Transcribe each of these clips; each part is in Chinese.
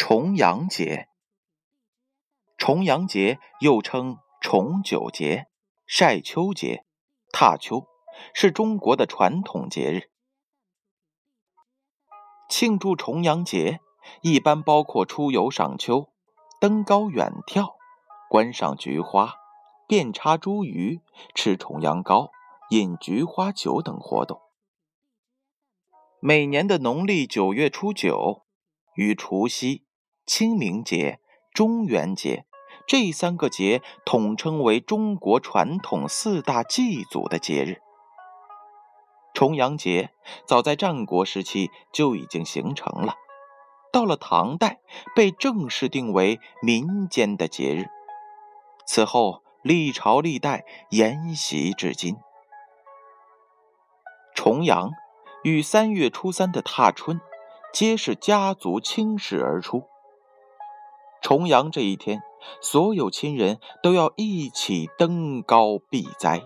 重阳节。重阳节又称重九节、晒秋节、踏秋，是中国的传统节日。庆祝重阳节一般包括出游赏秋、登高远眺、观赏菊花、遍插茱萸、吃重阳糕、饮菊花酒等活动。每年的农历9月初9，与除夕、清明节、中元节这3个节统称为中国传统4大祭祖的节日。重阳节早在战国时期就已经形成了，到了唐代被正式定为民间的节日，此后历朝历代沿袭至今。重阳与3月初3的踏春皆是家族倾世而出。重阳这一天，所有亲人都要一起登高避灾。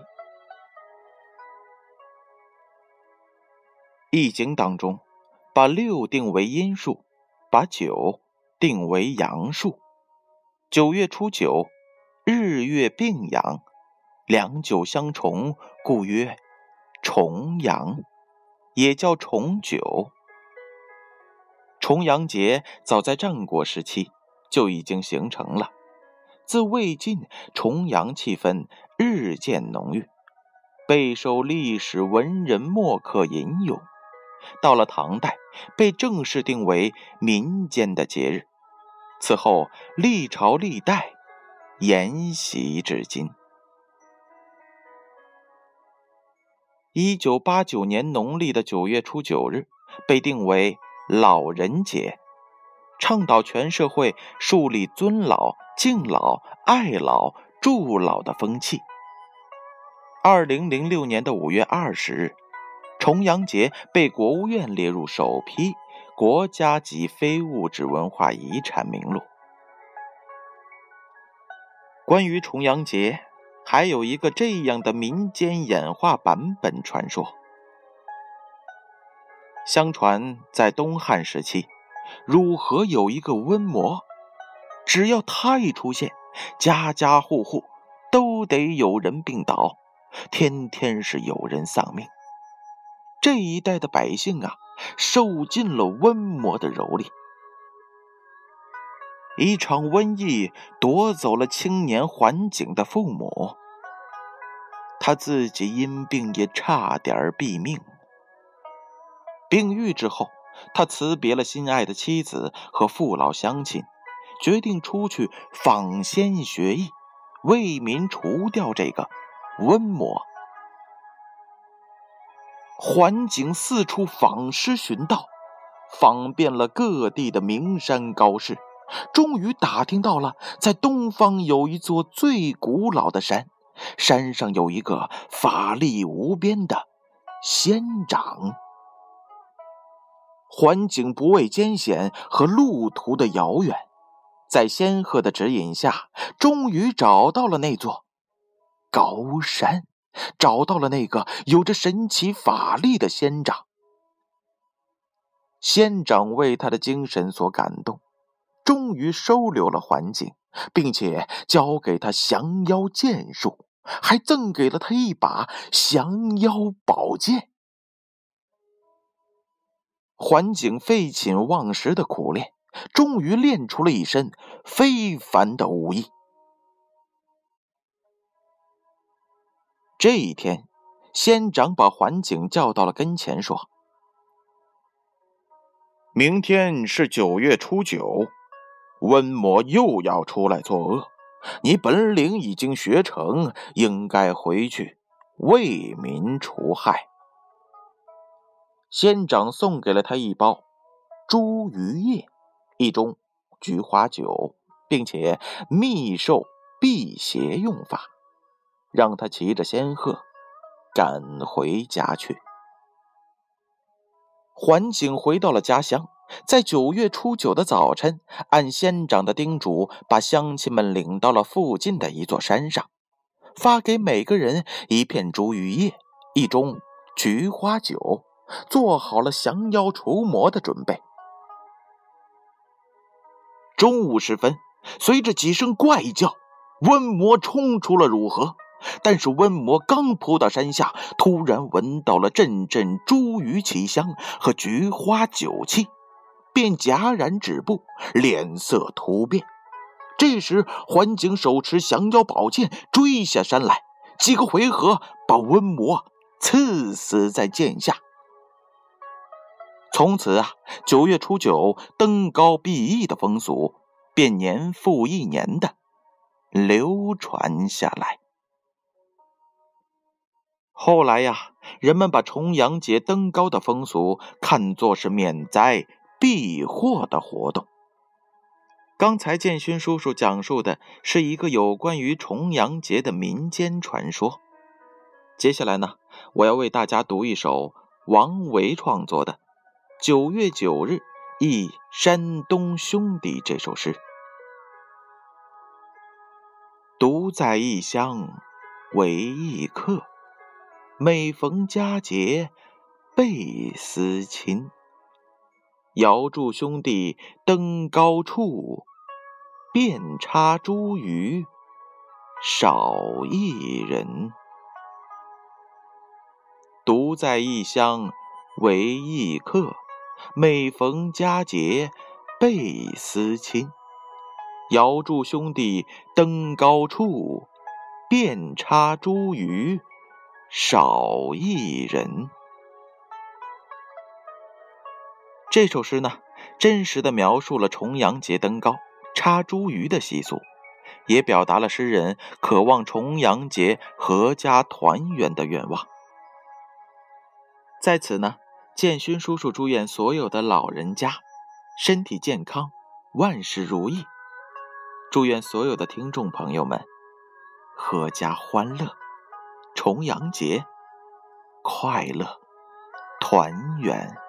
易经当中把6定为阴数，把9定为阳数。9月初9，日月并阳，两九相重，故曰重阳，也叫重九。重阳节早在战国时期就已经形成了，自魏晋，重阳气氛日渐浓郁，备受历史文人墨客吟咏。到了唐代，被正式定为民间的节日，此后历朝历代沿袭至今。1989年农历的9月初9日被定为老人节，倡导全社会树立尊老、敬老、爱老、助老的风气。2006年的5月20日，重阳节被国务院列入首批国家级非物质文化遗产名录。关于重阳节，还有一个这样的民间演化版本传说。相传在东汉时期，汝河有一个瘟魔，只要他一出现，家家户户都得有人病倒，天天是有人丧命。这一代的百姓受尽了瘟魔的蹂躏。一场瘟疫夺走了青年桓景的父母，他自己因病也差点毙命。病愈之后，他辞别了心爱的妻子和父老乡亲，决定出去访仙学艺，为民除掉这个瘟魔。桓景四处访师寻道，访遍了各地的名山高士，终于打听到了在东方有一座最古老的山，山上有一个法力无边的仙长。桓景不畏艰险和路途的遥远，在仙鹤的指引下，终于找到了那座高山，找到了那个有着神奇法力的仙长。仙长为他的精神所感动，终于收留了桓景，并且教给他降妖剑术，还赠给了他一把降妖宝剑。桓景废寝忘食的苦练，终于练出了一身非凡的武艺。这一天，仙长把桓景叫到了跟前，说：明天是9月初9，瘟魔又要出来作恶，你本领已经学成，应该回去为民除害。仙长送给了他一包茱萸叶，一盅菊花酒，并且密授辟邪用法，让他骑着仙鹤赶回家去。桓景回到了家乡，在9月初9的早晨，按仙长的叮嘱，把乡亲们领到了附近的一座山上，发给每个人一片茱萸叶，一盅菊花酒，做好了降妖除魔的准备。 中午时分，随着几声怪叫，温魔冲出了汝河。但是温魔刚扑到山下，突然闻到了阵阵茱萸奇香和菊花酒气，便戛然止步，脸色突变。这时桓景手持降妖宝剑追下山来，几个回合把温魔刺死在剑下。从此9月初9登高避疫的风俗便年复一年的流传下来。后来人们把重阳节登高的风俗看作是免灾避祸的活动。刚才建勋叔叔讲述的是一个有关于重阳节的民间传说。接下来呢，我要为大家读一首王维创作的9月9日忆山东兄弟这首诗。独在异乡为异客，每逢佳节倍思亲。遥祝兄弟登高处，遍插茱萸少一人。独在异乡为异客，每逢佳节倍思亲。遥祝兄弟登高处，遍插茱萸少一人。这首诗呢，真实地描述了重阳节登高插茱萸的习俗，也表达了诗人渴望重阳节阖家团圆的愿望。在此呢，建勋叔叔祝愿所有的老人家身体健康，万事如意。祝愿所有的听众朋友们阖家欢乐，重阳节快乐团圆。